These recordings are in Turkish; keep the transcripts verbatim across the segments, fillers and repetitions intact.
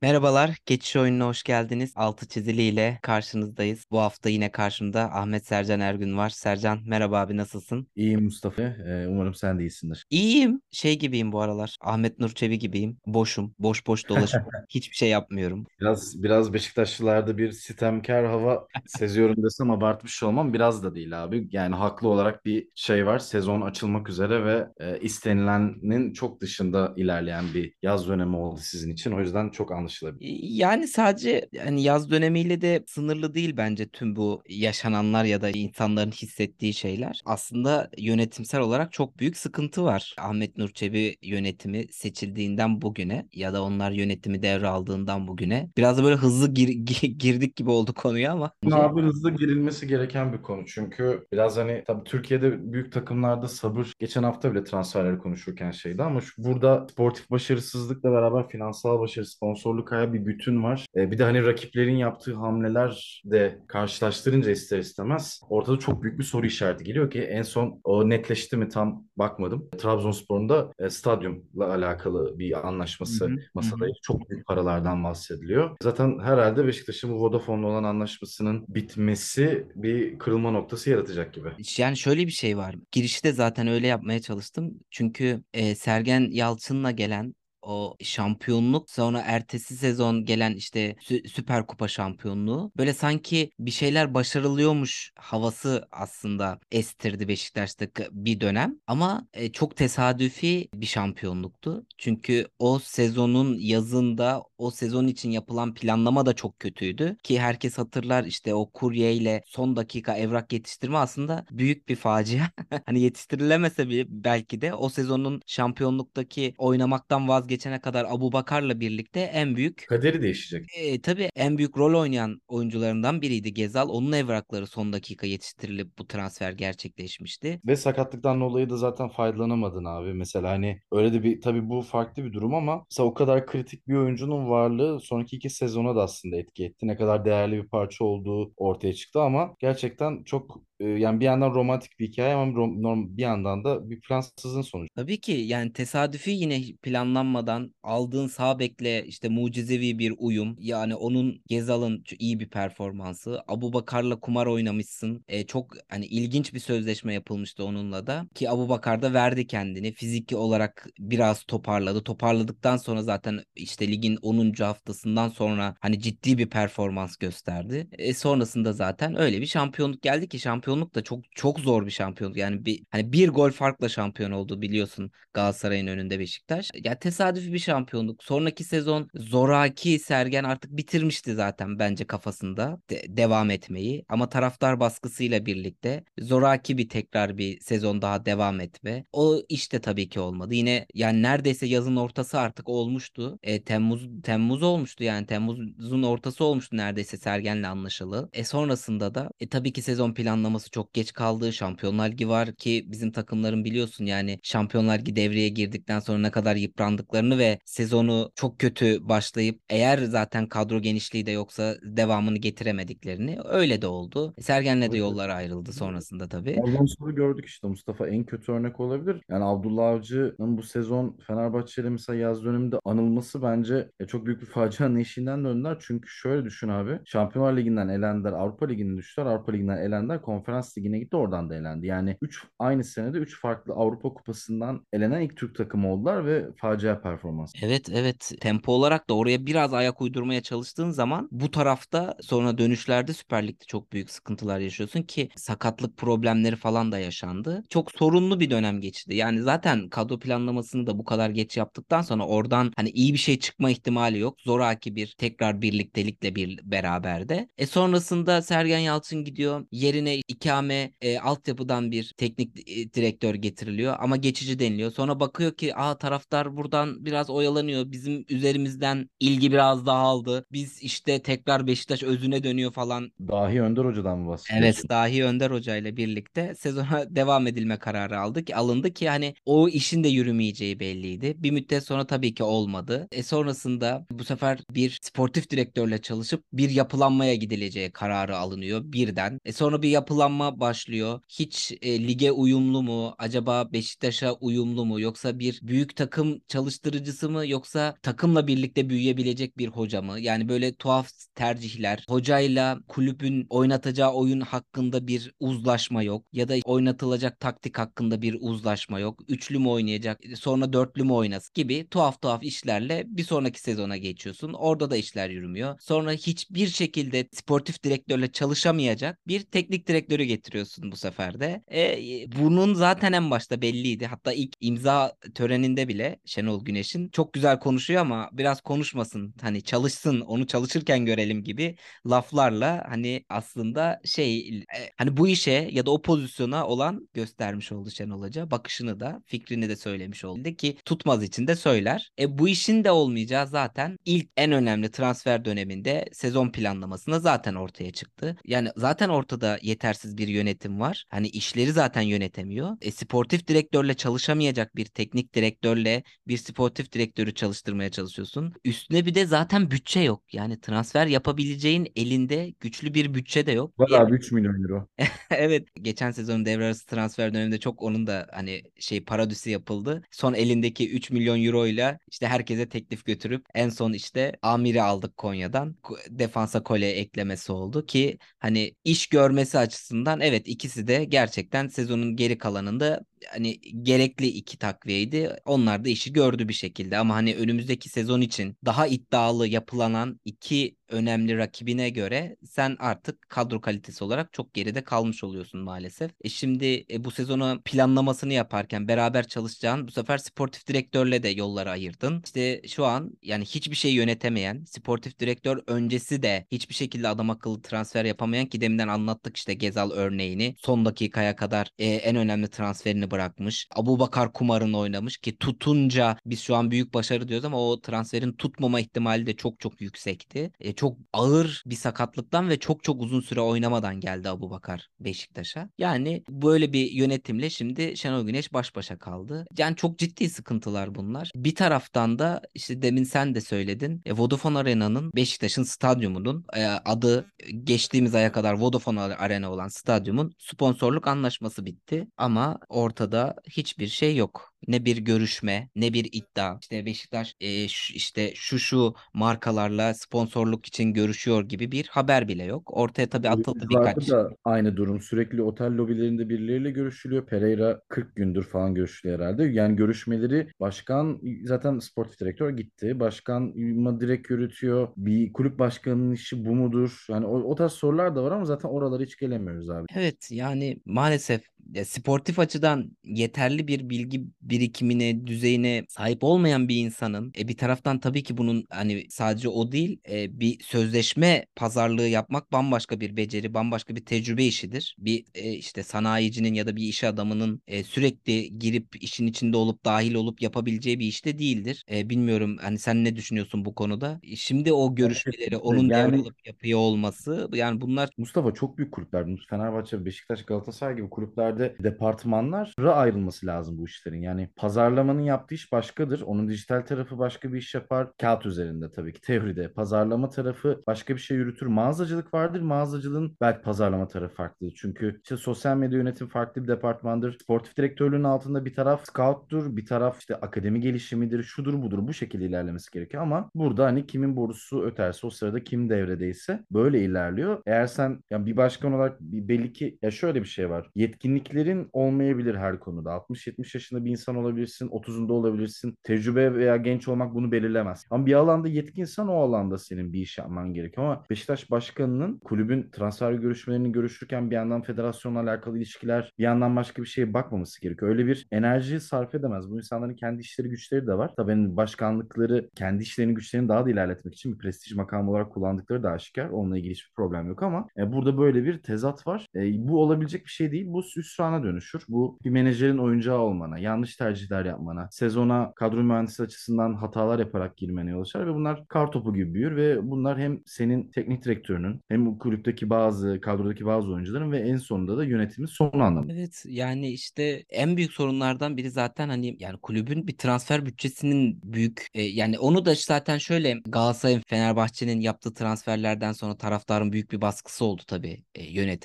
Merhabalar, geçiş oyununa hoş geldiniz. Altı çizili ile karşınızdayız. Bu hafta yine karşımda Ahmet Sercan Ergün var. Sercan, merhaba abi nasılsın? İyiyim Mustafa. Ee, umarım sen de iyisindir. İyiyim. Şey gibiyim bu aralar. Ahmet Nur Çebi gibiyim. Boşum. Boş boş dolaşıyorum. Hiçbir şey yapmıyorum. Biraz biraz Beşiktaşlılarda bir sitemkar hava seziyorum desem abartmış olmam, biraz da değil abi. Yani haklı olarak bir şey var. Sezon açılmak üzere ve e, istenilenin çok dışında ilerleyen bir yaz dönemi oldu sizin için. O yüzden çok anlaşılabilir. Yani sadece hani yaz dönemiyle de sınırlı değil bence tüm bu yaşananlar ya da insanların hissettiği şeyler. Aslında yönetimsel olarak çok büyük sıkıntı var. Ahmet Nur Çebi yönetimi seçildiğinden bugüne ya da onlar yönetimi devraldığından bugüne biraz da böyle hızlı gir- gi- girdik gibi oldu konuya ama bence Abi hızlı girilmesi gereken bir konu. Çünkü biraz hani tabii Türkiye'de büyük takımlarda sabır geçen hafta bile transferleri konuşurken şeydi ama şu, burada sportif başarısızlıkla beraber finansal başarı, sponsorluk ayağı bir bütün var. E, bir de hani rakiplerin yaptığı hamleler de karşılaştırınca ister istemez ortada çok büyük bir soru işareti geliyor ki en son o netleşti mi tam bakmadım. Trabzonspor'un da e, stadyumla alakalı bir Hı anlaşması hı, hı hı. masadaydı. Çok büyük paralardan bahsediliyor. Zaten herhalde Beşiktaş'ın bu Vodafone'la olan anlaşmasının bitmesi bir kırılma noktası yaratacak gibi. Yani şöyle bir şey var. Girişte zaten öyle yapmaya çalıştım. Çünkü e, Sergen Yalçın'la gelen o şampiyonluk sonra ertesi sezon gelen işte Sü- Süper Kupa şampiyonluğu böyle sanki bir şeyler başarılıyormuş havası aslında estirdi Beşiktaş'ta k- bir dönem ama e, çok tesadüfi bir şampiyonluktu. Çünkü o sezonun yazında o sezon için yapılan planlama da çok kötüydü ki herkes hatırlar işte o kurye ile son dakika evrak yetiştirme aslında büyük bir facia. Hani yetiştirilemese bile belki de o sezonun şampiyonluktaki oynamaktan vazgeçene kadar Abubakar'la birlikte en büyük Kaderi değişecek. e, tabii en büyük rol oynayan oyuncularından biriydi Gezal. Onun evrakları son dakika yetiştirilip bu transfer gerçekleşmişti. Ve sakatlıktan dolayı da zaten faydalanamadın abi. Mesela hani öyle de bir, tabii bu farklı bir durum ama mesela o kadar kritik bir oyuncunun varlığı sonraki iki sezona da aslında etki etti. Ne kadar değerli bir parça olduğu ortaya çıktı ama gerçekten çok e, yani bir yandan romantik bir hikaye ama rom- norm- bir yandan da bir plansızlığın sonucu. Tabii ki yani tesadüfi yine planlanmadan aldığın sağ bekle işte mucizevi bir uyum. Yani onun Gezal'ın ç- iyi bir performansı. Abubakar'la kumar oynamışsın. E, çok hani ilginç bir sözleşme yapılmıştı onunla da. Ki Abubakar da verdi kendini. Fiziki olarak biraz toparladı. Toparladıktan sonra zaten işte ligin onuncu haftasından sonra hani ciddi bir performans gösterdi. E, sonrasında zaten öyle bir şampiyonluk geldi ki şampiyonluk da çok çok zor bir şampiyonluk. Yani bir hani bir gol farkla şampiyon oldu biliyorsun Galatasaray'ın önünde Beşiktaş. Ya tesadüfi bir şampiyonluk. Sonraki sezon zoraki Sergen artık bitirmişti zaten bence kafasında de- devam etmeyi. Ama taraftar baskısıyla birlikte zoraki bir tekrar bir sezon daha devam etme. O işte tabii ki olmadı. Yine yani neredeyse yazın ortası artık olmuştu. E, Temmuz Temmuz olmuştu yani Temmuz'un ortası olmuştu neredeyse Sergen'le anlaşılı. E sonrasında da e, tabii ki sezon planlaması çok geç kaldı. Şampiyonlar Ligi var ki bizim takımların biliyorsun yani Şampiyonlar Ligi devreye girdikten sonra ne kadar yıprandıklarını ve sezonu çok kötü başlayıp eğer zaten kadro genişliği de yoksa devamını getiremediklerini öyle de oldu. E, Sergen'le de Evet, yollar ayrıldı evet. sonrasında tabii. Ondan sonra gördük işte Mustafa en kötü örnek olabilir. Yani Abdullah Avcı'nın bu sezon Fenerbahçe'de mesela yaz döneminde anılması bence e, çok büyük bir facianın eşiğinden döndüler. Çünkü şöyle düşün abi. Şampiyonlar Ligi'nden elendiler. Avrupa Ligi'ne düştüler. Avrupa Ligi'nden elendiler. Konferans Ligi'ne gitti. Oradan da elendi. Yani üç aynı senede üç farklı Avrupa Kupası'ndan elenen ilk Türk takımı oldular ve facia performans. Evet, evet, tempo olarak da oraya biraz ayak uydurmaya çalıştığın zaman bu tarafta sonra dönüşlerde Süper Lig'de çok büyük sıkıntılar yaşıyorsun ki sakatlık problemleri falan da yaşandı. Çok sorunlu bir dönem geçti. Yani zaten kadro planlamasını da bu kadar geç yaptıktan sonra oradan hani iyi bir şey çıkma ihtimali yok. Zoraki bir tekrar birliktelikle bir beraber. E sonrasında Sergen Yalçın gidiyor. Yerine ikame e, altyapıdan bir teknik e, direktör getiriliyor ama geçici deniliyor. Sonra bakıyor ki aa taraftar buradan biraz oyalanıyor. Bizim üzerimizden ilgi biraz daha aldı. Biz işte tekrar Beşiktaş özüne dönüyor falan. Dahi Önder Hoca'dan mı Evet, bahsediyorsun? dahi Önder Hoca ile birlikte sezona devam edilme kararı aldı ki alındı ki hani o işin de yürümeyeceği belliydi. Bir müddet sonra tabii ki olmadı. E sonrasında bu sefer bir sportif direktörle çalışıp bir yapılanmaya gidileceği kararı alınıyor birden. E sonra bir yapılanma başlıyor. Hiç e, lige uyumlu mu? Acaba Beşiktaş'a uyumlu mu? Yoksa bir büyük takım yatırıcısı mı yoksa takımla birlikte büyüyebilecek bir hoca mı? Yani böyle tuhaf tercihler, hocayla kulübün oynatacağı oyun hakkında bir uzlaşma yok ya da oynatılacak taktik hakkında bir uzlaşma yok. Üçlü mü oynayacak, sonra dörtlü mü oynasın gibi tuhaf tuhaf işlerle bir sonraki sezona geçiyorsun. Orada da işler yürümüyor. Sonra hiçbir şekilde sportif direktörle çalışamayacak bir teknik direktörü getiriyorsun bu sefer de. E, bunun zaten en başta belliydi. Hatta ilk imza töreninde bile Şenol Güneş'in çok güzel konuşuyor ama biraz konuşmasın. Hani çalışsın, onu çalışırken görelim gibi laflarla hani aslında şey e, hani bu işe ya da o pozisyona olan göstermiş oldu Şenol Hoca. Bakışını da fikrini de söylemiş oldu ki tutmaz için de söyler. E bu işin de olmayacağı zaten ilk en önemli transfer döneminde sezon planlamasında zaten ortaya çıktı. Yani zaten ortada yetersiz bir yönetim var. Hani işleri zaten yönetemiyor. E, sportif direktörle çalışamayacak bir teknik direktörle bir sportif direktörü çalıştırmaya çalışıyorsun. Üstüne bir de zaten bütçe yok. Yani transfer yapabileceğin elinde güçlü bir bütçe de yok. Var E, abi üç milyon euro. Evet, geçen sezon devre arası transfer döneminde çok onun da hani şey parodisi yapıldı. Son elindeki üç milyon euro ile işte herkese teklif götürüp en son işte Amir'i aldık Konya'dan. Ko- Defansa Kole eklemesi oldu ki hani iş görmesi açısından evet ikisi de gerçekten sezonun geri kalanında hani gerekli iki takviyeydi. Onlar da işi gördü bir şekilde ama hani önümüzdeki sezon için daha iddialı yapılanan iki önemli rakibine göre sen artık kadro kalitesi olarak çok geride kalmış oluyorsun maalesef. E şimdi e, bu sezonu planlamasını yaparken beraber çalışacağın bu sefer sportif direktörle de yolları ayırdın. İşte şu an yani hiçbir şey yönetemeyen, sportif direktör öncesi de hiçbir şekilde adam akıllı transfer yapamayan ki deminden anlattık işte Gezal örneğini. Son dakikaya kadar e, en önemli transferini bırakmış. Abubakar Kumar'ın oynamış ki tutunca biz şu an büyük başarı diyoruz ama o transferin tutmama ihtimali de çok çok yüksekti. E, çok ağır bir sakatlıktan ve çok çok uzun süre oynamadan geldi Abubakar Beşiktaş'a. Yani böyle bir yönetimle şimdi Şenol Güneş baş başa kaldı. Yani çok ciddi sıkıntılar bunlar. Bir taraftan da işte demin sen de söyledin. E, Vodafone Arena'nın Beşiktaş'ın stadyumunun e, adı geçtiğimiz aya kadar Vodafone Arena olan stadyumun sponsorluk anlaşması bitti. Ama ortada hiçbir şey yok. Ne bir görüşme, ne bir iddia. İşte Beşiktaş e, ş- işte şu şu markalarla sponsorluk için görüşüyor gibi bir haber bile yok. Ortaya tabii atıldı Oyuncularda birkaç. da aynı durum. Sürekli otel lobilerinde birileriyle görüşülüyor. Pereira kırk gündür falan görüşülüyor herhalde. Yani görüşmeleri başkan zaten sportif direktör gitti. Başkan mı direkt yürütüyor? Bir kulüp başkanının işi bu mudur? Yani o, o tarz sorular da var ama zaten oralara hiç gelemiyoruz abi. Evet yani maalesef ya, sportif açıdan yeterli bir bilgi birikimine, düzeyine sahip olmayan bir insanın e, bir taraftan tabii ki bunun hani sadece o değil e, bir sözleşme pazarlığı yapmak bambaşka bir beceri, bambaşka bir tecrübe işidir. Bir e, işte sanayicinin ya da bir iş adamının e, sürekli girip işin içinde olup dahil olup yapabileceği bir iş de değildir. E, bilmiyorum hani sen ne düşünüyorsun bu konuda? E, Şimdi o Ya görüşmeleri kesinlikle. onun Yani devralıp yapıyor olması yani bunlar. Mustafa çok büyük kulüpler. Fenerbahçe, Beşiktaş, Galatasaray gibi kulüplerde departmanlara ayrılması lazım bu işlerin. Yani pazarlamanın yaptığı iş başkadır. Onun dijital tarafı başka bir iş yapar. Kağıt üzerinde tabii ki teoride. Pazarlama tarafı başka bir şey yürütür. Mağazacılık vardır. Mağazacılığın belki pazarlama tarafı farklıdır. Çünkü işte sosyal medya yönetim farklı bir departmandır. Sportif direktörlüğün altında bir taraf scout'tur, bir taraf işte akademi gelişimidir, şudur budur bu şekilde ilerlemesi gerekiyor. Ama burada hani kimin borusu öterse o sırada kim devredeyse böyle ilerliyor. Eğer sen yani bir başkan olarak bir belli ki ya şöyle bir şey var. Yetkinliklerin olmayabilir her konuda. altmış yetmiş yaşında bir insan olabilirsin, otuzunda olabilirsin. Tecrübe veya genç olmak bunu belirlemez. Ama bir alanda yetkinsen o alanda senin bir iş yapman gerekiyor. Ama Beşiktaş başkanının kulübün transfer görüşmelerini görüşürken bir yandan federasyonla alakalı ilişkiler, bir yandan başka bir şeye bakmaması gerekiyor. Öyle bir enerji sarf edemez. Bu insanların kendi işleri güçleri de var. Tabii hani başkanlıkları kendi işlerini güçlerini daha da ilerletmek için bir prestij makamı olarak kullandıkları da aşikar. Onunla ilgili hiçbir problem yok ama e, burada böyle bir tezat var. E, bu olabilecek bir şey değil. Bu hüsrana dönüşür. Bu bir menajerin oyuncağı olmana, yanlış tercihler yapmana, sezona kadro mühendisi açısından hatalar yaparak girmene yol açar ve bunlar kar topu gibi büyür ve bunlar hem senin teknik direktörünün hem bu kulüpteki bazı kadrodaki bazı oyuncuların ve en sonunda da yönetimin sonu anlamı. Evet yani işte en büyük sorunlardan biri zaten hani yani kulübün bir transfer bütçesinin büyük e, yani onu da zaten şöyle Galatasaray'ın Fenerbahçe'nin yaptığı transferlerden sonra taraftarın büyük bir baskısı oldu tabii e, yönetime.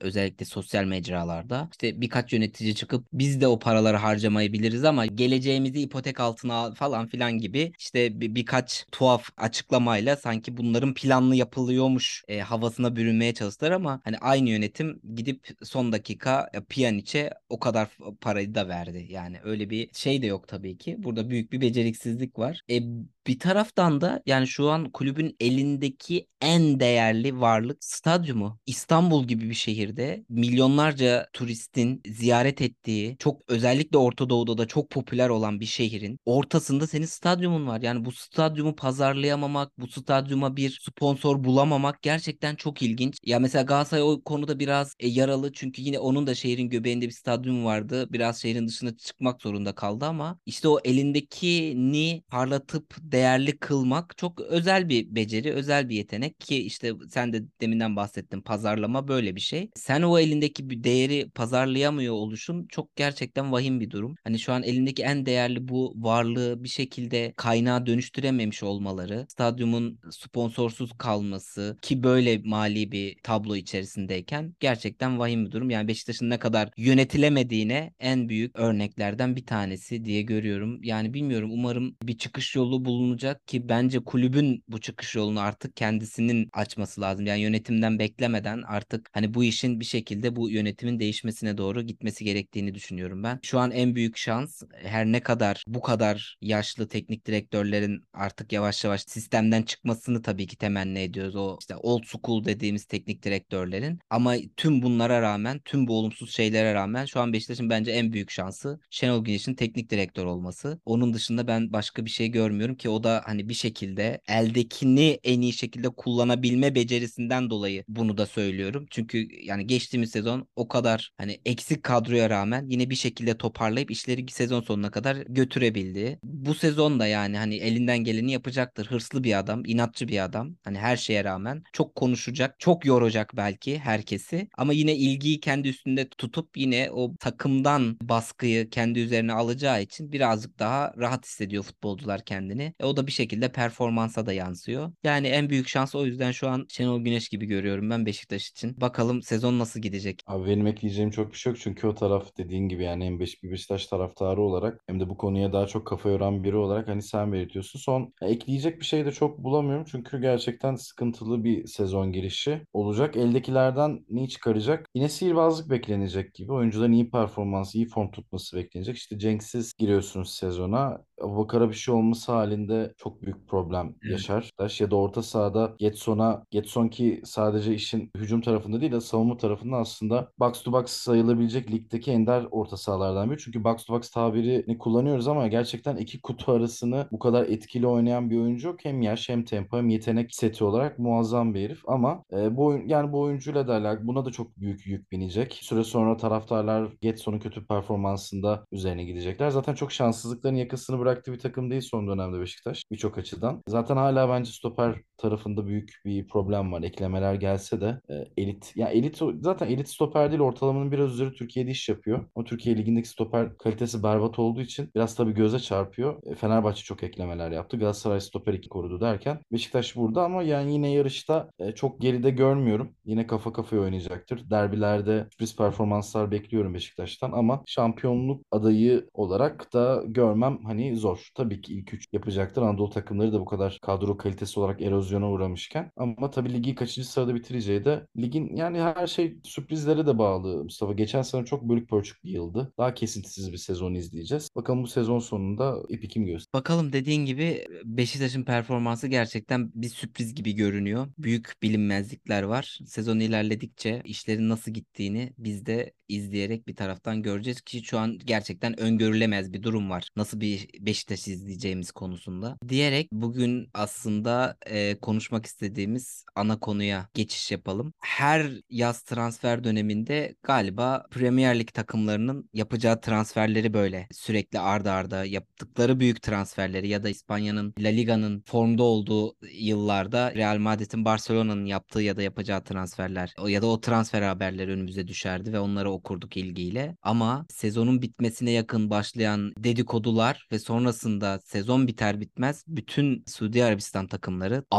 özellikle sosyal mecralarda. İşte birkaç yönetici çıkıp biz de o paraları harcamayı biliriz ama geleceğimizi ipotek altına al falan filan gibi işte bir, birkaç tuhaf açıklamayla sanki bunların planlı yapılıyormuş e, havasına bürünmeye çalıştılar ama hani aynı yönetim gidip son dakika e, Pjanic'e o kadar f- parayı da verdi. Yani öyle bir şey de yok tabii ki. Burada büyük bir beceriksizlik var. E, bir taraftan da yani şu an kulübün elindeki en değerli varlık stadyumu. İstanbul gibi bir şehirde milyonlarca turistin ziyaret ettiği, çok özellikle Orta Doğu'da da çok popüler olan bir şehrin ortasında senin stadyumun var. Yani bu stadyumu pazarlayamamak, bu stadyuma bir sponsor bulamamak gerçekten çok ilginç. Ya mesela Galatasaray o konuda biraz e, yaralı çünkü yine onun da şehrin göbeğinde bir stadyum vardı. Biraz şehrin dışına çıkmak zorunda kaldı ama işte o elindekini parlatıp değerli kılmak çok özel bir beceri, özel bir yetenek ki işte sen de deminden bahsettin pazarlama böyle bir şey. Sen o elindeki bir değeri pazarlayamıyor oluşun çok gerçekten vahim bir durum. Hani şu an elindeki en değerli bu varlığı bir şekilde kaynağa dönüştürememiş olmaları, stadyumun sponsorsuz kalması ki böyle mali bir tablo içerisindeyken gerçekten vahim bir durum. Yani Beşiktaş'ın ne kadar yönetilemediğine en büyük örneklerden bir tanesi diye görüyorum. Yani bilmiyorum umarım bir çıkış yolu bulunacak ki bence kulübün bu çıkış yolunu artık kendisinin açması lazım. Yani yönetimden beklemeden artık hani bu işin bir şekilde bu yönetimin değişmesine doğru gitmesi gerektiğini düşünüyorum ben. Şu an en büyük şans her ne kadar bu kadar yaşlı teknik direktörlerin artık yavaş yavaş sistemden çıkmasını tabii ki temenni ediyoruz. O işte old school dediğimiz teknik direktörlerin ama tüm bunlara rağmen tüm bu olumsuz şeylere rağmen şu an Beşiktaş'ın bence en büyük şansı Şenol Güneş'in teknik direktör olması. Onun dışında ben başka bir şey görmüyorum ki o da hani bir şekilde eldekini en iyi şekilde kullanabilme becerisinden dolayı bunu da söylüyorum. Çünkü yani geçtiğimiz sezon o kadar hani eksik kadroya rağmen yine bir şekilde toparlayıp işleri sezon sonuna kadar götürebildi. Bu sezon da yani hani elinden geleni yapacaktır. Hırslı bir adam, inatçı bir adam. Hani her şeye rağmen çok konuşacak, çok yoracak belki herkesi ama yine ilgiyi kendi üstünde tutup yine o takımdan baskıyı kendi üzerine alacağı için birazcık daha rahat hissediyor futbolcular kendini. E, o da bir şekilde performansa da yansıyor. Yani en büyük şans o yüzden şu an Şenol Güneş gibi görüyorum ben Beşiktaş için. Bakalım sezon nasıl gidecek? Abi benim ekleyeceğim çok bir şey yok çünkü o taraf dediğin gibi yani hem Beş- bir Beşiktaş taraftarı olarak hem de bu konuya daha çok kafa yoran biri olarak hani sen belirtiyorsun. Son ya ekleyecek bir şey de çok bulamıyorum çünkü gerçekten sıkıntılı bir sezon girişi olacak. Eldekilerden neyi çıkaracak? Yine sihirbazlık beklenecek gibi. Oyuncuların iyi performansı, iyi form tutması beklenecek. İşte Cenksiz giriyorsunuz sezona. Abubakar'a bir şey olması halinde çok büyük problem Evet. yaşar. Taş ya da orta sahada Getson'a Getson ki sadece işin hücum tarafında değil de savunma tarafında aslında box to box sayılabilecek ligdeki ender orta sahalardan biri. Çünkü box to box tabirini kullanıyoruz ama gerçekten iki kutu arasını bu kadar etkili oynayan bir oyuncu yok. Hem yaş hem tempo hem yetenek seti olarak muazzam bir herif ama e, bu oyun, yani bu oyuncuyla da alakalı buna da çok büyük yük binecek. Süre sonra taraftarlar Getson'un kötü performansında üzerine gidecekler. Zaten çok şanssızlıkların yakasını bıraktığı bir takım değil son dönemde Beşiktaş birçok açıdan. Zaten hala bence stoper tarafında büyük bir problem var. Eklemeler gelse de e, elit ya elit zaten elit stoper değil ortalamanın biraz üzeri Türkiye'de iş yapıyor. O Türkiye Ligi'ndeki stoper kalitesi berbat olduğu için biraz tabii göze çarpıyor. E, Fenerbahçe çok eklemeler yaptı. Galatasaray stoper iki korudu derken Beşiktaş burada ama yani yine yarışta e, çok geride görmüyorum. Yine kafa kafaya oynayacaktır. Derbilerde sürpriz performanslar bekliyorum Beşiktaş'tan ama şampiyonluk adayı olarak da görmem hani zor. Tabii ki ilk üç yapacaktır. Anadolu takımları da bu kadar kadro kalitesi olarak erozyona uğramışken ama tabii ligi kaçıncı sırada bitireceği de ligin yani her şey sürprizlere de bağlı Mustafa. Geçen sene çok bölük pörçük bir yıldı. Daha kesintisiz bir sezon izleyeceğiz. Bakalım bu sezon sonunda ipi kim gösterecek? Bakalım dediğin gibi Beşiktaş'ın performansı gerçekten bir sürpriz gibi görünüyor. Büyük bilinmezlikler var. Sezon ilerledikçe işlerin nasıl gittiğini biz de izleyerek bir taraftan göreceğiz ki şu an gerçekten öngörülemez bir durum var. Nasıl bir Beşiktaş izleyeceğimiz konusunda. Diyerek bugün aslında e, konuşmak istediğimiz ana konuya geçiş yapalım. Her yaz transfer döneminde galiba Premier Lig takımlarının yapacağı transferleri böyle sürekli arda arda yaptıkları büyük transferleri ya da İspanya'nın La Liga'nın formda olduğu yıllarda Real Madrid'in Barcelona'nın yaptığı ya da yapacağı transferler o ya da o transfer haberleri önümüze düşerdi ve onları okurduk ilgiyle. Ama sezonun bitmesine yakın başlayan dedikodular ve sonrasında sezon biter bitmez bütün Suudi Arabistan takımları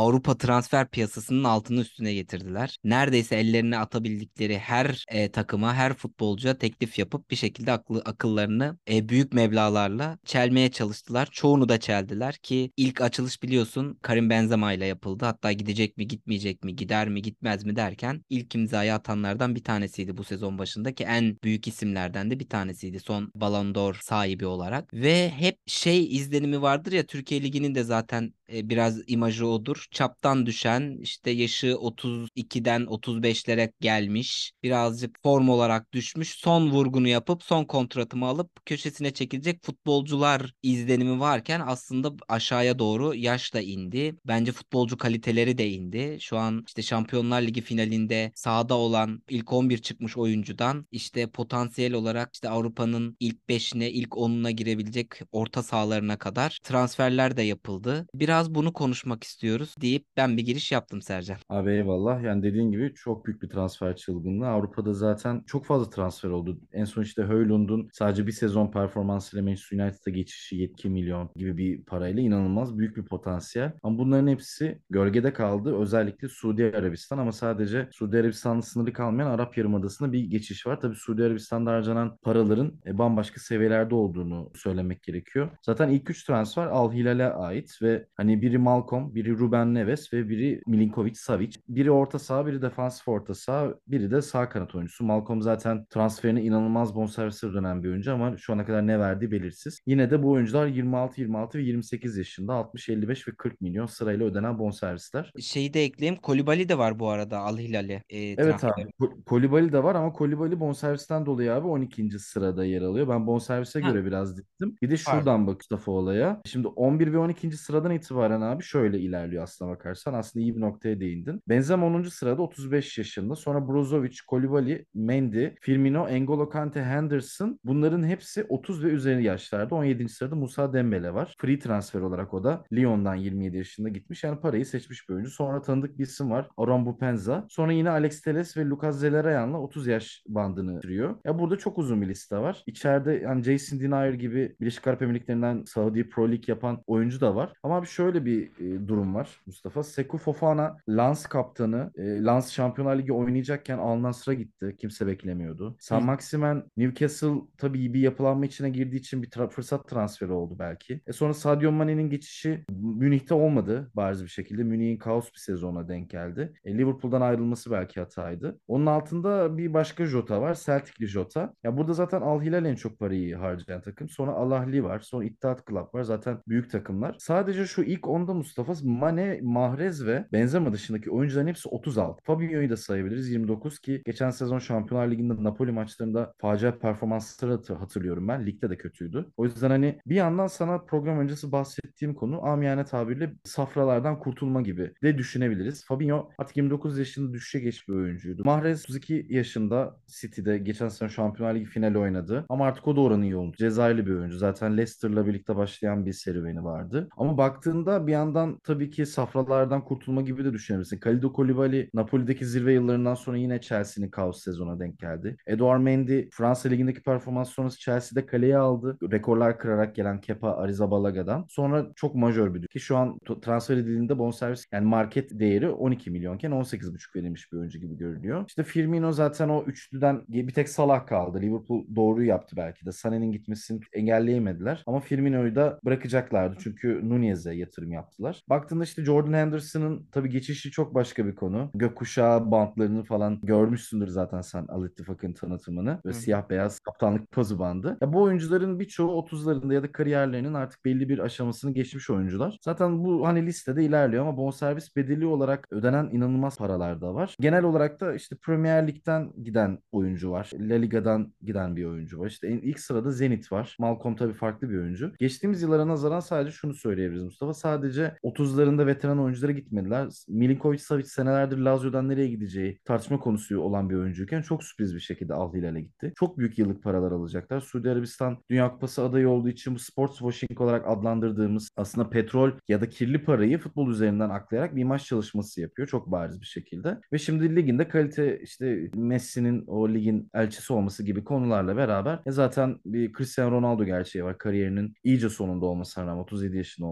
Avrupa transfer piyasasının altını üstüne getirdiler. Neredeyse ellerine atabildikleri her e, takıma, her futbolcuya teklif yapıp bir şekilde aklı, akıllarını e, büyük meblağlarla çelmeye çalıştılar. Çoğunu da çeldiler ki ilk açılış biliyorsun Karim Benzema ile yapıldı. Hatta gidecek mi, gitmeyecek mi, gider mi, gitmez mi derken ilk imzayı atanlardan bir tanesiydi bu sezon başında ki en büyük isimlerden de bir tanesiydi son Ballon d'Or sahibi olarak. Ve hep şey izlenimi vardır ya, Türkiye Ligi'nin de zaten e, biraz imajı odur. Çaptan düşen, işte yaşı otuz ikiden otuz beşlere gelmiş, birazcık form olarak düşmüş, son vurgunu yapıp son kontratımı alıp köşesine çekilecek futbolcular izlenimi varken aslında aşağıya doğru yaş da indi. Bence futbolcu kaliteleri de indi. Şu an işte Şampiyonlar Ligi finalinde sahada olan ilk on bir çıkmış oyuncudan işte potansiyel olarak işte Avrupa'nın ilk beşine, ilk onuna girebilecek orta sahalarına kadar transferler de yapıldı. Biraz bunu konuşmak istiyoruz deyip ben bir giriş yaptım Sercan. Abi eyvallah. Yani dediğin gibi çok büyük bir transfer çılgınlığı. Avrupa'da zaten çok fazla transfer oldu. En son işte Højlund'un sadece bir sezon performansıyla Manchester United'a geçişi yetki milyon gibi bir parayla inanılmaz büyük bir potansiyel. Ama bunların hepsi gölgede kaldı. Özellikle Suudi Arabistan, ama sadece Suudi Arabistan'la sınırlı kalmayan Arap Yarımadası'na bir geçiş var. Tabii Suudi Arabistan'da harcanan paraların e, bambaşka seviyelerde olduğunu söylemek gerekiyor. Zaten ilk üç transfer Al Hilal'e ait ve hani biri Malcolm, biri Ruben Neves ve biri Milinkovic Savic. Biri orta saha, biri defansif orta saha, biri de sağ kanat oyuncusu. Malcolm zaten transferine inanılmaz bonservisle dönen bir oyuncu ama şu ana kadar ne verdiği belirsiz. Yine de bu oyuncular yirmi altı, yirmi altı ve yirmi sekiz yaşında, altmış, elli beş ve kırk milyon sırayla ödenen bonservisler. Şeyi de ekleyeyim. Kolibali de var bu arada Al Hilal'e e, Evet transfer. abi. Ko- Kolibali de var ama Kolibali bonservisten dolayı abi on ikinci sırada yer alıyor. Ben bonservise Ha, göre biraz diktim. Bir de pardon. şuradan bak Mustafa olaya. Şimdi on bir ve on ikinci sıradan itibaren abi şöyle ilerliyor aslına bakarsan. Aslında iyi bir noktaya değindin. Benzema onuncu sırada otuz beş yaşında. Sonra Brozovic, Kolibali, Mendy, Firmino, N'Golo Kante, Henderson. Bunların hepsi otuz ve üzeri yaşlarda. on yedinci sırada Musa Dembele var. Free transfer olarak o da Lyon'dan yirmi yedi yaşında gitmiş. Yani parayı seçmiş bir oyuncu. Sonra tanıdık bir isim var. Aaron Bupenza. Sonra yine Alex Telles ve Lucas Zelarayan'la otuz yaş bandını sürüyor. Ya burada çok uzun bir liste var. İçeride yani Jason Denayer gibi Birleşik Arap Emirlikleri'nden Saudi Pro Lig yapan oyuncu da var. Ama bir şöyle bir e, durum var Mustafa. Sekou Fofana Lens kaptanı. E, Lens Şampiyonlar Ligi oynayacakken Al Nassr'a gitti. Kimse beklemiyordu. San Maximen Newcastle tabii iyi bir yapılanma içine girdiği için bir tra- fırsat transferi oldu belki. E sonra Sadio Mane'nin geçişi Münih'te olmadı bariz bir şekilde. Münih'in kaos bir sezona denk geldi. E, Liverpool'dan ayrılması belki hataydı. Onun altında bir başka Jota var. Celtic'li Jota. Ya burada zaten Al Hilal en çok parayı harcayan takım. Sonra Al Ahly var. Sonra İttihat Club var. Zaten büyük takımlar. Sadece şu ilk onda Mustafa, Mane, Mahrez ve Benzema dışındaki oyuncuların hepsi otuz altı. Fabinho'yu da sayabiliriz yirmi dokuz ki geçen sezon Şampiyonlar Ligi'nde Napoli maçlarında facia performansları hatır- hatırlıyorum ben. Ligde de kötüydü. O yüzden hani bir yandan sana program öncesi bahsettiğim konu amiyane tabirle safralardan kurtulma gibi de düşünebiliriz. Fabinho artık yirmi dokuz yaşında düşüşe geçmiş bir oyuncuydu. Mahrez otuz iki yaşında City'de geçen sene Şampiyonlar Ligi finali oynadı. Ama artık o da oranın iyi oldu. Cezayirli bir oyuncu. Zaten Leicester'la birlikte başlayan bir serüveni vardı. Ama baktığında bir yandan tabii ki safralardan kurtulma gibi de düşünebilirsin. Kalidou Koulibaly Napoli'deki zirve yıllarından sonra yine Chelsea'nin kaos sezona denk geldi. Edouard Mendy Fransa Ligi'ndeki performans sonrası Chelsea'de kaleye aldı. Rekorlar kırarak gelen Kepa Arrizabalagá'dan. Sonra çok majör bir ki şu an to- transfer edildiğinde bonservis yani market değeri on iki milyonken on sekiz buçuk verilmiş bir oyuncu gibi görünüyor. İşte Firmino zaten o üçlüden bir tek Salah kaldı. Liverpool doğru yaptı belki de. Sané'nin gitmesini engelleyemediler. Ama Firmino'yu da bırakacaklardı. Çünkü Nunez'e yatırım yaptılar. Baktığında işte Jordan Henderson'ın tabii geçişi çok başka bir konu. Gökkuşağı bantlarını falan görmüşsündür zaten sen Al Ittifak'ın tanıtımını. Ve Hı hı. siyah beyaz kaptanlık pozu bandı. Ya bu oyuncuların birçoğu otuzlarında ya da kariyerlerinin artık belli bir aşamasını geçmiş oyuncular. Zaten bu hani listede ilerliyor ama bonservis bedeli olarak ödenen inanılmaz paralar da var. Genel olarak da işte Premier Lig'den giden oyuncu var. La Liga'dan giden bir oyuncu var. İşte en ilk sırada Zenit var. Malcolm tabii farklı bir oyuncu. Geçtiğimiz yıllara nazaran sadece şunu söyleyebiliriz Mustafa. Sadece otuzlarında veteran oyunculara gitmediler. Milinkovic Savic senelerdir Lazio'dan nereye gideceği tartışma konusu olan bir oyuncuyken çok sürpriz bir şekilde Al Hilal'e gitti. Çok büyük yıllık paralar alacaklar. Suudi Arabistan Dünya Kupası adayı olduğu için bu sports washing olarak adlandırdığımız aslında petrol ya da kirli parayı futbol üzerinden aklayarak bir imaj çalışması yapıyor çok bariz bir şekilde. Ve şimdi liginde kalite işte Messi'nin o ligin elçisi olması gibi konularla beraber e zaten bir Cristiano Ronaldo gerçeği var. Kariyerinin iyice sonunda olmasına rağmen otuz yedi yaşında olmasına rağmen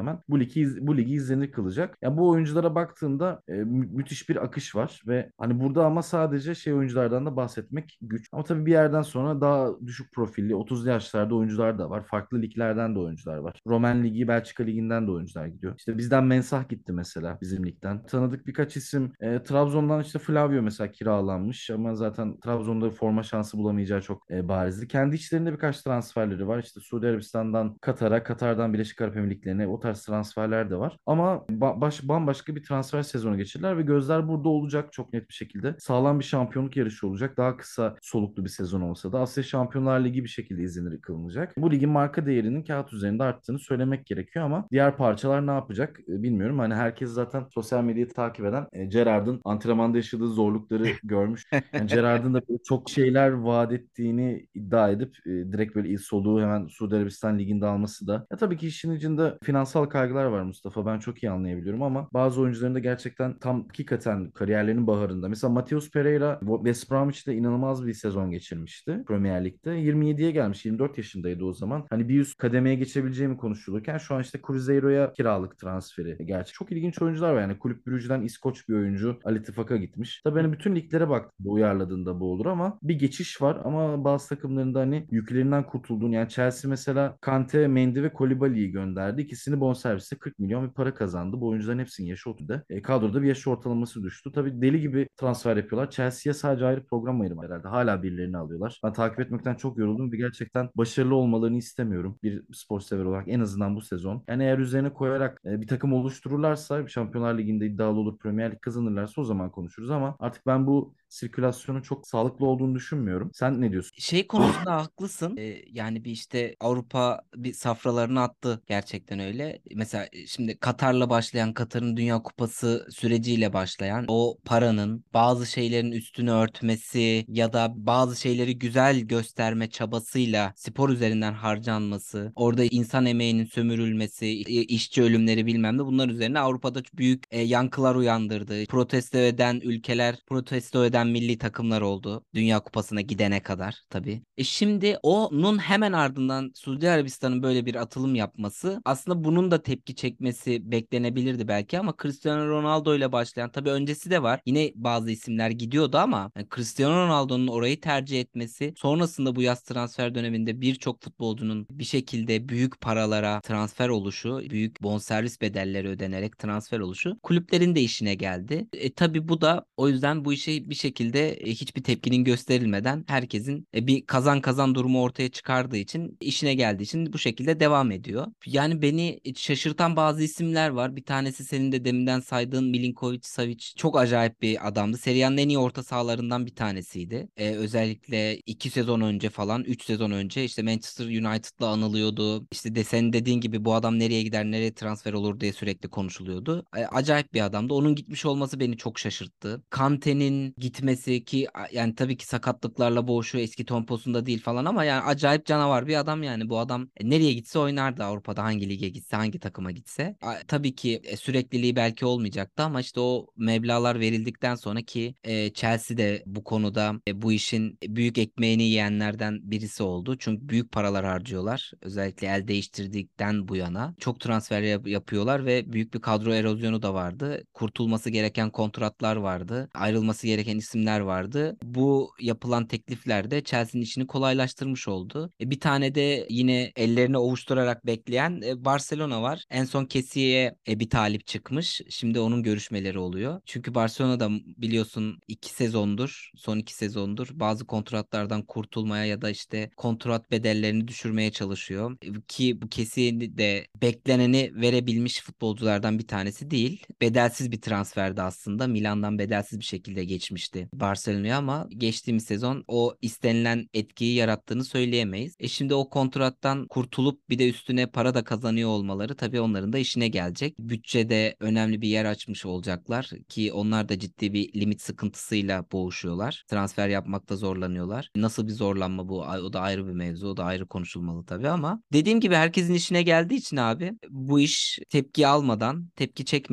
rağmen bu ligi iz- bu ligi izlenir kılacak. Ya bu oyunculara baktığımda e, mü- müthiş bir akış var ve hani burada ama sadece şey oyunculardan da bahsetmek güç. Ama tabii bir yerden sonra daha düşük profilli otuzlu yaşlarda oyuncular da var. Farklı liglerden de oyuncular var. Romen Ligi, Belçika Ligi'nden de oyuncular gidiyor. İşte bizden Mensah gitti mesela bizim ligden. Tanıdık birkaç isim. E, Trabzon'dan işte Flavio mesela kiralanmış ama zaten Trabzon'da forma şansı bulamayacağı çok e, barizdi. Kendi içlerinde birkaç transferleri var. İşte Suudi Arabistan'dan Katar'a, Katar'dan Birleşik Arap Emirlikleri'ne o tarz transferler de var. Ama ba- baş, bambaşka bir transfer sezonu geçirdiler ve gözler burada olacak çok net bir şekilde. Sağlam bir şampiyonluk yarışı olacak. Daha kısa soluklu bir sezon olsa da Asya Şampiyonlar Ligi bir şekilde izlenir kılınacak. Bu ligin marka değerinin kağıt üzerinde arttığını söylemek gerekiyor ama diğer parçalar ne yapacak e, bilmiyorum. Hani herkes zaten sosyal medyayı takip eden e, Gerrard'ın antrenmanda yaşadığı zorlukları görmüş. Yani Gerrard'ın da böyle çok şeyler vaat ettiğini iddia edip e, direkt böyle il soluğu hemen Suudi Arabistan Ligi'nde alması da. Ya tabii ki işin içinde finansal kaygılar var Mustafa. Ben çok iyi anlayabiliyorum ama bazı oyuncuların da gerçekten tam hakikaten kariyerlerinin baharında. Mesela Matheus Pereira West Bromwich'te inanılmaz bir sezon geçirmişti Premier Lig'de. yirmi yediye gelmiş. yirmi dört yaşındaydı o zaman. Hani bir üst kademeye geçebileceği mi konuşulurken şu an işte Cruzeiro'ya kiralık transferi gerçi. Çok ilginç oyuncular var yani. Kulüp Brugge'den İskoç bir oyuncu Ali Tıfak'a gitmiş. Tabii hani bütün liglere baktığında uyarladığında bu olur ama bir geçiş var ama bazı takımlarında hani yüklerinden kurtulduğun yani Chelsea mesela Kante, Mendy ve Koulibaly'yi gönderdi. İkisini bonservise kırk milyon bir para kazandı. Bu oyuncuların hepsinin yaşı otuzda. E, kadroda bir yaş ortalaması düştü. Tabii deli gibi transfer yapıyorlar. Chelsea'ye sadece ayrı program ayırma herhalde. Hala birilerini alıyorlar. Ben takip etmekten çok yoruldum ve gerçekten başarılı olmalarını istemiyorum bir spor sever olarak en azından bu sezon. Yani eğer üzerine koyarak e, bir takım oluştururlarsa Şampiyonlar Ligi'nde iddialı olur Premier Lig kazanırlarsa o zaman konuşuruz ama artık ben bu sirkülasyonun çok sağlıklı olduğunu düşünmüyorum. Sen ne diyorsun? Şey konusunda haklısın. Ee, yani bir işte Avrupa bir safralarını attı, gerçekten öyle. Mesela e, şimdi Katar'la başlayan, Katar'ın Dünya Kupası süreciyle başlayan o paranın bazı şeylerin üstünü örtmesi ya da bazı şeyleri güzel gösterme çabasıyla spor üzerinden harcanması, orada insan emeğinin sömürülmesi, i- işçi ölümleri bilmem ne, bunlar üzerine Avrupa'da büyük e, yankılar uyandırdı. Protesto eden ülkeler, protesto eden milli takımlar oldu. Dünya Kupası'na gidene kadar tabii. E şimdi onun hemen ardından Suudi Arabistan'ın böyle bir atılım yapması, aslında bunun da tepki çekmesi beklenebilirdi belki ama Cristiano Ronaldo ile başlayan, tabii öncesi de var. Yine bazı isimler gidiyordu ama yani Cristiano Ronaldo'nun orayı tercih etmesi, sonrasında bu yaz transfer döneminde birçok futbolcunun bir şekilde büyük paralara transfer oluşu, büyük bonservis bedelleri ödenerek transfer oluşu kulüplerin de işine geldi. E, tabii bu da o yüzden bu işe bir şekilde e, hiçbir tepkinin gösterilmeden herkesin e, bir kazan kazan durumu ortaya çıkardığı için, işine geldiği için bu şekilde devam ediyor. Yani beni şaşırtan bazı isimler var. Bir tanesi senin de deminden saydığın Milinkovic Savic, çok acayip bir adamdı. Serie A'nın en iyi orta sahalarından bir tanesiydi. E, özellikle iki sezon önce falan, üç sezon önce işte Manchester United'la anılıyordu. İşte de senin dediğin gibi bu adam nereye gider, nereye transfer olur diye sürekli konuşuluyordu. E, acayip bir adamdı. Onun gitmiş olması beni çok şaşırttı. Kante'nin gitmesi ki a- yani tabii ki sakatlıklarla boğuşuyor, eski temposunda değil falan ama yani acayip canavar bir adam yani bu adam, e, nereye gitse oynardı Avrupa'da, hangi lige gitse, hangi takıma gitse. A- tabii ki e, sürekliliği belki olmayacaktı ama işte o meblağlar verildikten sonra ki e, Chelsea de bu konuda e, bu işin büyük ekmeğini yiyenlerden birisi oldu. Çünkü büyük paralar harcıyorlar. Özellikle el değiştirdikten bu yana çok transfer yap- yapıyorlar ve büyük bir kadro erozyonu da vardı. Kurtulması gereken kontratlar vardı. Ayrılması gereken isimler vardı. Bu yapılan teklifler de Chelsea'nin işini kolaylaştırmış oldu. E, bir tane de yine ellerini ovuşturarak bekleyen e, Barcelona var. En son Kessié'ye e, bir talip çıkmış. Şimdi onun görüşmeleri oluyor. Çünkü Barcelona'da biliyorsun iki sezondur, son iki sezondur bazı kontratlardan kurtulmaya ya da işte kontrat bedellerini düşürmeye çalışıyor. E, Ki bu Kessié de bekleneni verebilmiş futbolculardan bir tanesi değil. Bedelsiz bir transferdi aslında. Milan'dan bedelsiz bir şekilde geçmişti Barcelona'ya ama geçtiğimiz sezon o istenilen etkiyi yarattığını söyleyemeyiz. E şimdi o kontrattan kurtulup bir de üstüne para da kazanıyor olmaları tabii onların da işine gelecek. Bütçede önemli bir yer açmış olacaklar ki onlar da ciddi bir limit sıkıntısıyla boğuşuyorlar. Transfer yapmakta zorlanıyorlar. Nasıl bir zorlanma bu? O da ayrı bir mevzu. O da ayrı konuşulmalı tabii ama dediğim gibi herkesin işine geldiği için abi bu iş tepki almadan, tepki çekmeden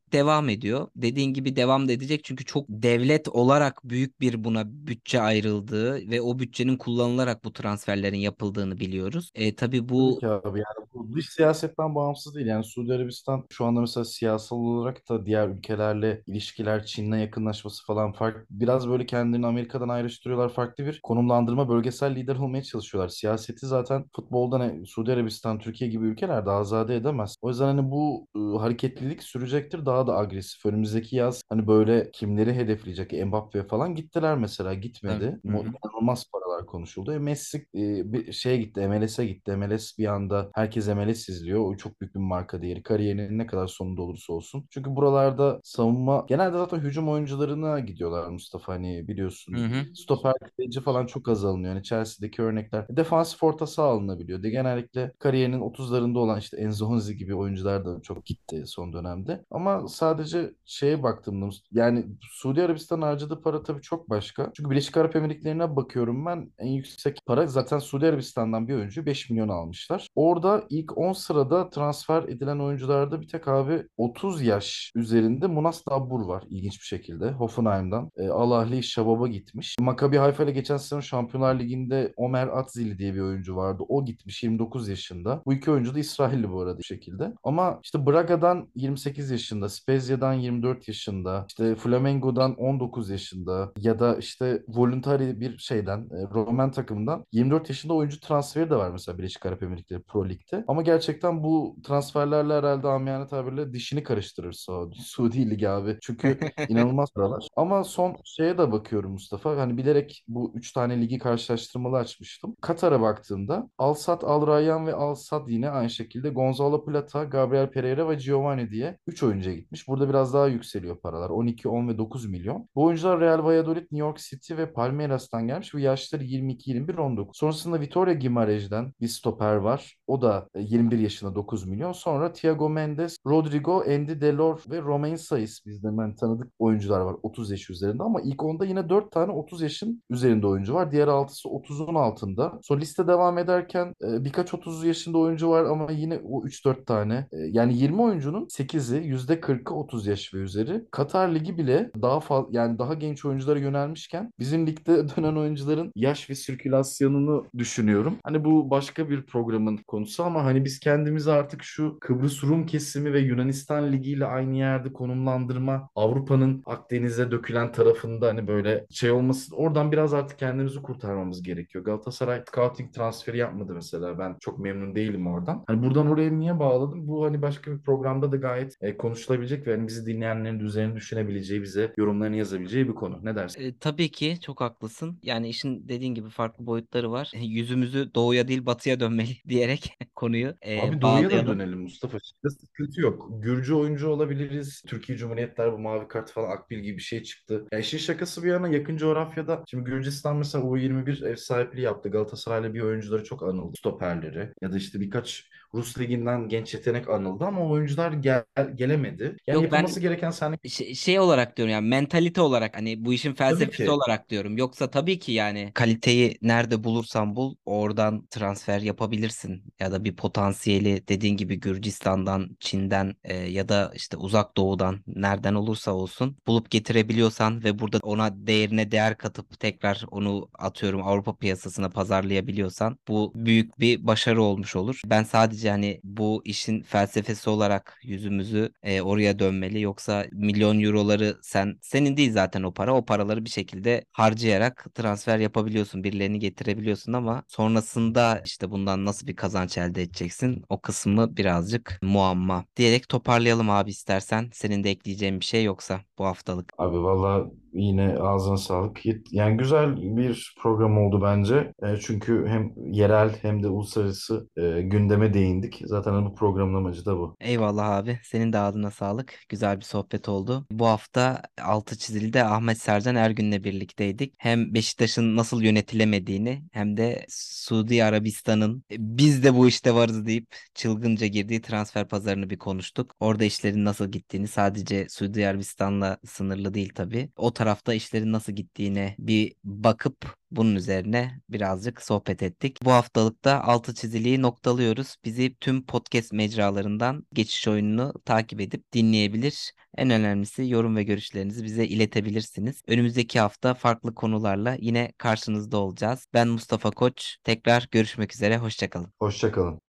devam ediyor. Dediğin gibi devam da edecek çünkü çok devlet olarak büyük bir buna bütçe ayrıldığı ve o bütçenin kullanılarak bu transferlerin yapıldığını biliyoruz. E, tabii Tabii bu ki abi, yani bu dış siyasetten bağımsız değil. Yani Suudi Arabistan şu anda mesela siyasal olarak da diğer ülkelerle ilişkiler, Çin'le yakınlaşması falan farklı. Biraz böyle kendilerini Amerika'dan ayrıştırıyorlar. Farklı bir konumlandırma, bölgesel lider olmaya çalışıyorlar. Siyaseti zaten futboldan e, Suudi Arabistan, Türkiye gibi ülkeler de azade edemez. O yüzden hani bu e, hareketlilik sürecektir. Daha da agresif. Önümüzdeki yaz hani böyle kimleri hedefleyecek? Mbappe falan gittiler mesela, tabii. gitmedi. Hı Mo- hı. İnanılmaz paralar konuşuldu. E, Messi e, bir şeye gitti, M L S'e gitti. M L S bir anda herkes M L S izliyor. O çok büyük bir marka değeri. Kariyerinin ne kadar sonunda olursa olsun. Çünkü buralarda savunma genelde zaten hücum oyuncularına gidiyorlar Mustafa, hani Hı biliyorsun. hı. Stoper kaleci falan çok az alınıyor. Yani Chelsea'deki örnekler. Defansif orta saha alınabiliyor. De genellikle kariyerinin otuzlarında olan işte Enzonzi gibi oyuncular da çok gitti son dönemde. Ama sadece şeye baktığımda yani Suudi Arabistan harcadığı para tabii çok başka. Çünkü Birleşik Arap Emirlikleri'ne bakıyorum ben, en yüksek para zaten Suudi Arabistan'dan bir oyuncu beş milyon almışlar. Orada ilk on sırada transfer edilen oyuncularda bir tek abi otuz yaş üzerinde Munas Dabbur var ilginç bir şekilde. Hoffenheim'dan. E, Al Ahli Şabab'a gitmiş. Maccabi Haifa ile geçen sezon Şampiyonlar Ligi'nde Omer Atzili diye bir oyuncu vardı. O gitmiş yirmi dokuz yaşında. Bu iki oyuncu da İsrailli bu arada bir şekilde. Ama işte Braga'dan yirmi sekiz yaşında, Spezia'dan yirmi dört yaşında, işte Flamengo'dan on dokuz yaşında ya da işte voluntary bir şeyden, e, Roman takımından yirmi dört yaşında oyuncu transferi de var mesela Birleşik Arap Emirlikleri Pro Lig'de. Ama gerçekten bu transferlerle herhalde amiyane tabirle dişini karıştırır Suudi, Suudi Ligi abi. Çünkü inanılmaz paralar. Ama son şeye de bakıyorum Mustafa. Hani bilerek bu üç tane ligi karşılaştırmalı açmıştım. Katar'a baktığımda Al Sadd, Al Rayyan ve Al Sadd yine aynı şekilde Gonzalo Plata, Gabriel Pereira ve Giovanni diye üç oyuncuya gitmiş. Burada biraz daha yükseliyor paralar. on iki, on ve dokuz milyon. Bu oyuncular Real Valladolid, New York City ve Palmeiras'tan gelmiş ve yaşları yirmi iki, yirmi bir, on dokuz. Sonrasında Vitória Guimarães'den bir stoper var. O da e, yirmi bir yaşında, dokuz milyon. Sonra Thiago Mendes, Rodrigo, Andy Delor ve Romain Saiz. Bizde hemen tanıdık oyuncular var otuz yaş üzerinde ama ilk onda yine dört tane otuz yaşın üzerinde oyuncu var. Diğer altısı otuzun altında. Sonra liste devam ederken e, birkaç otuz yaşında oyuncu var ama yine o üç dört tane. E, yani yirmi oyuncunun sekizi, yüzde kırkı otuz yaş ve üzeri. Katar Ligi bile daha fazla, yani daha genç oyunculara yönelmişken bizim ligde dönen oyuncuların yaş ve sirkülasyonunu düşünüyorum. Hani bu başka bir programın konusu ama hani biz kendimizi artık şu Kıbrıs Rum kesimi ve Yunanistan Ligi ile aynı yerde konumlandırma, Avrupa'nın Akdeniz'e dökülen tarafında hani böyle şey olması, oradan biraz artık kendimizi kurtarmamız gerekiyor. Galatasaray scouting transferi yapmadı mesela. Ben çok memnun değilim oradan. Hani buradan oraya niye bağladım? Bu hani başka bir programda da gayet e, konuşulabilecek ve hani bizi dinleyenlerin de üzerine düşünebileceği, bize yorumlarını yazabileceği bir konu. Ne dersin? E, tabii ki çok haklısın. Yani işin dediğin gibi farklı boyutları var. E, Yüzümüzü doğuya değil batıya dönmeli diyerek konuyu e, Abi doğuya da bağlayalım. dönelim Mustafa. Şimdi sıkıntı yok. Gürcü oyuncu olabiliriz. Türkiye Cumhuriyetler, bu mavi kart falan, Akbil gibi bir şey çıktı. Ya işin şakası bir yana, yakın coğrafyada şimdi Gürcistan mesela U yirmi bir ev sahipliği yaptı. Galatasaray'la bir oyuncuları çok anıldı. Stoperleri ya da işte birkaç Rus liginden genç yetenek anıldı ama o oyuncular gel gelemedi. Yani Yok yapılması ben gereken sen şey, şey olarak diyorum yani mentalite olarak hani bu işin tabii felsefesi ki. olarak diyorum. Yoksa tabii ki yani kaliteyi nerede bulursan bul oradan transfer yapabilirsin. Ya da bir potansiyeli dediğin gibi Gürcistan'dan, Çin'den e, ya da işte Uzak Doğu'dan nereden olursa olsun bulup getirebiliyorsan ve burada ona değerine değer katıp tekrar onu atıyorum Avrupa piyasasına pazarlayabiliyorsan bu büyük bir başarı olmuş olur. Ben sadece hani bu işin felsefesi olarak yüzümüzü e, oraya dönmeli. Yoksa milyon euroları sen senin değil zaten o para. O paraları bir şekilde harcayarak transfer yapabiliyorsun. Birilerini getirebiliyorsun ama sonrasında işte bundan nasıl bir kazanç elde edeceksin? O kısmı birazcık muamma. Diyerek toparlayalım abi istersen. Senin de ekleyeceğin bir şey yoksa bu haftalık. Abi valla yine ağzına sağlık. Yet- Yani güzel bir program oldu bence. E, çünkü hem yerel hem de uluslararası e, gündeme değindik. Zaten bu programın amacı da bu. Eyvallah abi. Senin de ağzına sağlık. Güzel bir sohbet oldu. Bu hafta altı çizildi. Ahmet Sercan Ergün'le birlikteydik. Hem Beşiktaş'ın nasıl yönetilemediğini hem de Suudi Arabistan'ın "E, biz de bu işte varız" deyip çılgınca girdiği transfer pazarını bir konuştuk. Orada işlerin nasıl gittiğini sadece Suudi Arabistan'la sınırlı değil tabii. O tarafta işlerin nasıl gittiğine bir bakıp bunun üzerine birazcık sohbet ettik. Bu haftalıkta altı çiziliği noktalıyoruz. Bizi tüm podcast mecralarından Geçiş Oyununu takip edip dinleyebilir. En önemlisi yorum ve görüşlerinizi bize iletebilirsiniz. Önümüzdeki hafta farklı konularla yine karşınızda olacağız. Ben Mustafa Koç. Tekrar görüşmek üzere. Hoşça kalın. Hoşça kalın.